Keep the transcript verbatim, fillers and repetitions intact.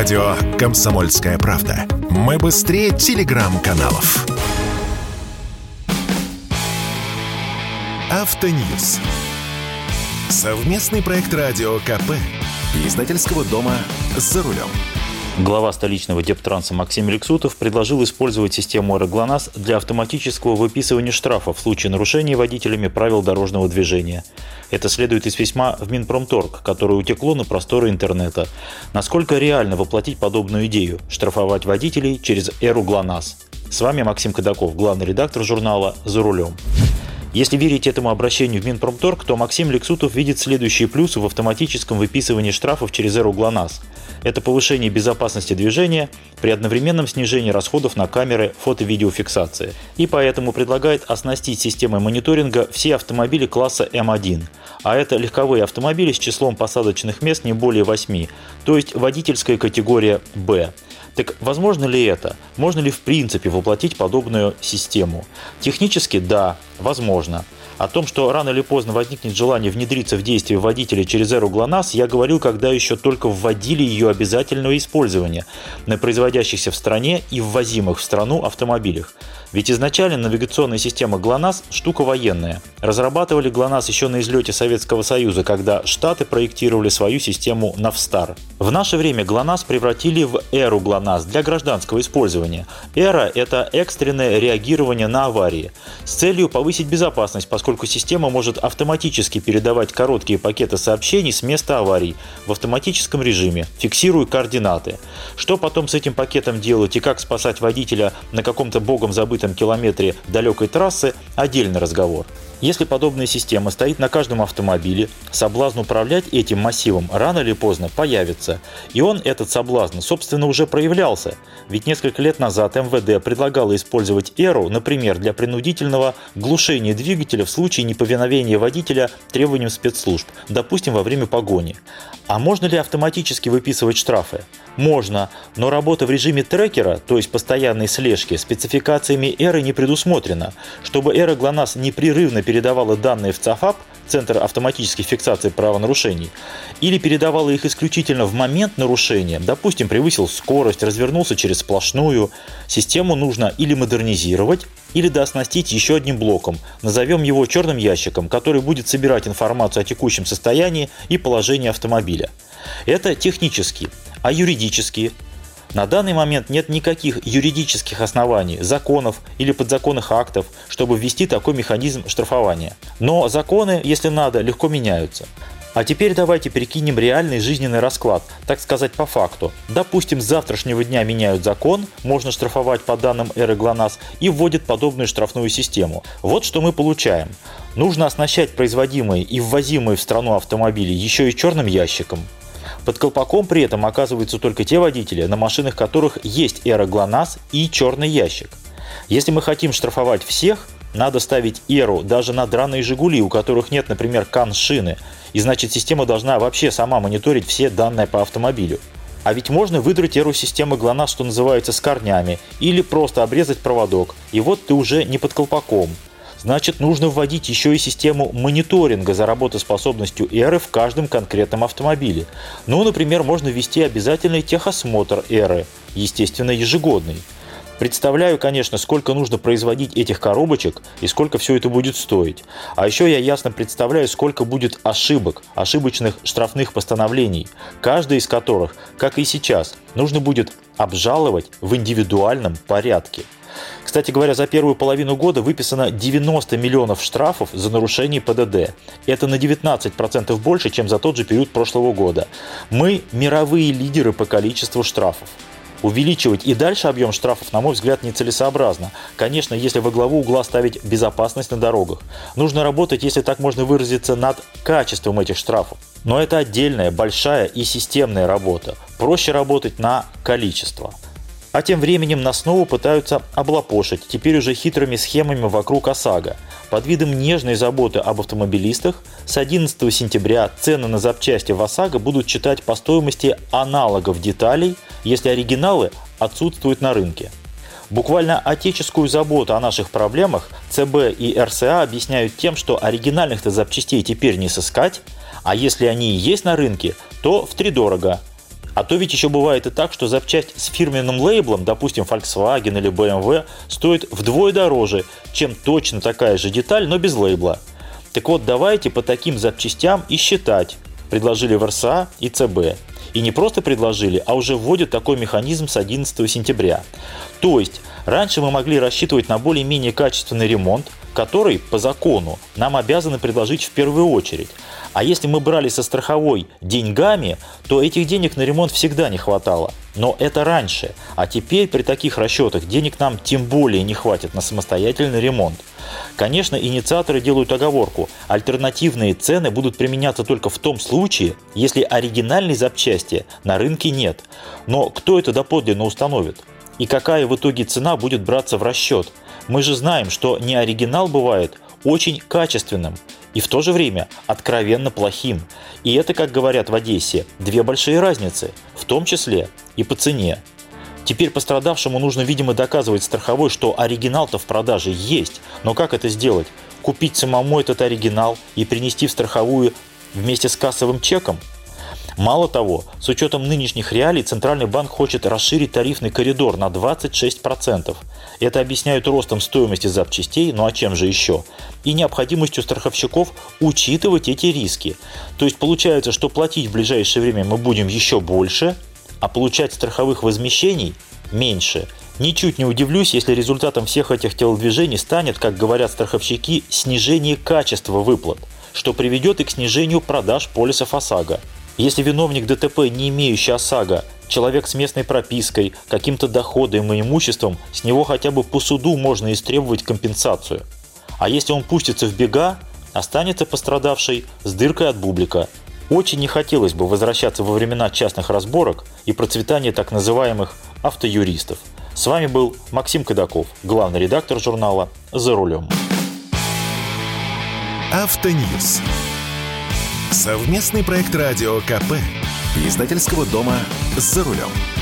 Радио «Комсомольская правда». Мы быстрее телеграм-каналов. Автоньюз. Совместный проект Радио КП и издательского дома «За рулем». Глава столичного Дептранса Максим Лексутов предложил использовать систему «Эра ГЛОНАСС» для автоматического выписывания штрафов в случае нарушения водителями правил дорожного движения. Это следует из письма в Минпромторг, которое утекло на просторы интернета. Насколько реально воплотить подобную идею – штрафовать водителей через «Эру ГЛОНАСС»? С вами Максим Кадаков, главный редактор журнала «За рулем». Если верить этому обращению в Минпромторг, то Максим Лексутов видит следующие плюсы в автоматическом выписывании штрафов через «Эру ГЛОНАСС». Это повышение безопасности движения при одновременном снижении расходов на камеры фото-видеофиксации. И поэтому предлагает оснастить системой мониторинга все автомобили класса эм один. А это легковые автомобили с числом посадочных мест не более восьми, то есть водительская категория «Б». Так возможно ли это? Можно ли в принципе воплотить подобную систему? Технически да, возможно. О том, что рано или поздно возникнет желание внедриться в действие водителя через «Эру ГЛОНАСС», я говорил, когда еще только вводили ее обязательного использования на производящихся в стране и ввозимых в страну автомобилях. Ведь изначально навигационная система ГЛОНАСС – штука военная. Разрабатывали ГЛОНАСС еще на излете Советского Союза, когда Штаты проектировали свою систему Навстар. В наше время ГЛОНАСС превратили в «Эру ГЛОНАСС» для гражданского использования. «Эра» – это экстренное реагирование на аварии с целью повысить безопасность, поскольку система может автоматически передавать короткие пакеты сообщений с места аварий в автоматическом режиме, фиксируя координаты. Что потом с этим пакетом делать и как спасать водителя на каком-то богом забытом километре далекой трассы – отдельный разговор. Если подобная система стоит на каждом автомобиле, соблазн управлять этим массивом рано или поздно появится. И он, этот соблазн, собственно, уже проявлялся. Ведь несколько лет назад эм вэ дэ предлагало использовать «Эру», например, для принудительного глушения двигателя в случае неповиновения водителя требованиям спецслужб, допустим, во время погони. А можно ли автоматически выписывать штрафы? Можно, но работа в режиме трекера, то есть постоянной слежки, спецификациями «Эры» не предусмотрена. Чтобы «Эра ГЛОНАСС» непрерывно передавала данные в ЦАФАП, Центр автоматической фиксации правонарушений, или передавала их исключительно в момент нарушения, допустим, превысил скорость, развернулся через сплошную, систему нужно или модернизировать, или дооснастить еще одним блоком, назовем его черным ящиком, который будет собирать информацию о текущем состоянии и положении автомобиля. Это технически. А юридически? На данный момент нет никаких юридических оснований, законов или подзаконных актов, чтобы ввести такой механизм штрафования. Но законы, если надо, легко меняются. А теперь давайте перекинем реальный жизненный расклад, так сказать, по факту. Допустим, с завтрашнего дня меняют закон, можно штрафовать по данным «Эры ГЛОНАСС» и вводят подобную штрафную систему. Вот что мы получаем. Нужно оснащать производимые и ввозимые в страну автомобили еще и черным ящиком. Под колпаком при этом оказываются только те водители, на машинах которых есть «Эра ГЛОНАСС» и черный ящик. Если мы хотим штрафовать всех, надо ставить «Эру» даже на драные «Жигули», у которых нет, например, кан-шины, и значит система должна вообще сама мониторить все данные по автомобилю. А ведь можно выдрать «Эру» системы ГЛОНАСС, что называется, с корнями, или просто обрезать проводок, и вот ты уже не под колпаком. Значит, нужно вводить еще и систему мониторинга за работоспособностью «Эры» в каждом конкретном автомобиле. Ну, например, можно ввести обязательный техосмотр «Эры», естественно, ежегодный. Представляю, конечно, сколько нужно производить этих коробочек и сколько все это будет стоить. А еще я ясно представляю, сколько будет ошибок, ошибочных штрафных постановлений, каждая из которых, как и сейчас, нужно будет обжаловать в индивидуальном порядке. Кстати говоря, за первую половину года выписано девяносто миллионов штрафов за нарушение пэ дэ дэ. Это на девятнадцать процентов больше, чем за тот же период прошлого года. Мы мировые лидеры по количеству штрафов. Увеличивать и дальше объем штрафов, на мой взгляд, нецелесообразно. Конечно, если во главу угла ставить безопасность на дорогах. Нужно работать, если так можно выразиться, над качеством этих штрафов. Но это отдельная, большая и системная работа. Проще работать на количество. А тем временем нас снова пытаются облапошить, теперь уже хитрыми схемами вокруг ОСАГО. Под видом нежной заботы об автомобилистах с одиннадцатого сентября цены на запчасти в ОСАГО будут читать по стоимости аналогов деталей, если оригиналы отсутствуют на рынке. Буквально отеческую заботу о наших проблемах цэ бэ и эр эс а объясняют тем, что оригинальных-то запчастей теперь не сыскать, а если они и есть на рынке, то втридорого. А то ведь еще бывает и так, что запчасть с фирменным лейблом, допустим, Volkswagen или бэ эм вэ, стоит вдвое дороже, чем точно такая же деталь, но без лейбла. Так вот, давайте по таким запчастям и считать, предложили в эр эс а и цэ бэ. И не просто предложили, а уже вводят такой механизм с одиннадцатого сентября. То есть, раньше мы могли рассчитывать на более-менее качественный ремонт, который, по закону, нам обязаны предложить в первую очередь. А если мы брали со страховой деньгами, то этих денег на ремонт всегда не хватало. Но это раньше. А теперь при таких расчетах денег нам тем более не хватит на самостоятельный ремонт. Конечно, инициаторы делают оговорку. Альтернативные цены будут применяться только в том случае, если оригинальной запчасти на рынке нет. Но кто это доподлинно установит? И какая в итоге цена будет браться в расчет? Мы же знаем, что неоригинал бывает очень качественным и в то же время откровенно плохим. И это, как говорят в Одессе, две большие разницы, в том числе и по цене. Теперь пострадавшему нужно, видимо, доказывать страховой, что оригинал-то в продаже есть. Но как это сделать? Купить самому этот оригинал и принести в страховую вместе с кассовым чеком? Мало того, с учетом нынешних реалий, Центральный банк хочет расширить тарифный коридор на двадцать шесть процентов. Это объясняют ростом стоимости запчастей, ну а чем же еще? И необходимостью страховщиков учитывать эти риски. То есть получается, что платить в ближайшее время мы будем еще больше, а получать страховых возмещений меньше. Ничуть не удивлюсь, если результатом всех этих телодвижений станет, как говорят страховщики, снижение качества выплат, что приведет и к снижению продаж полисов ОСАГО. Если виновник ДТП, не имеющий ОСАГО, человек с местной пропиской, каким-то доходом и имуществом, с него хотя бы по суду можно истребовать компенсацию. А если он пустится в бега, останется пострадавший с дыркой от бублика. Очень не хотелось бы возвращаться во времена частных разборок и процветания так называемых автоюристов. С вами был Максим Кадаков, главный редактор журнала «За рулем». Автоньюз. Совместный проект радио ка пэ и издательского дома «За рулем».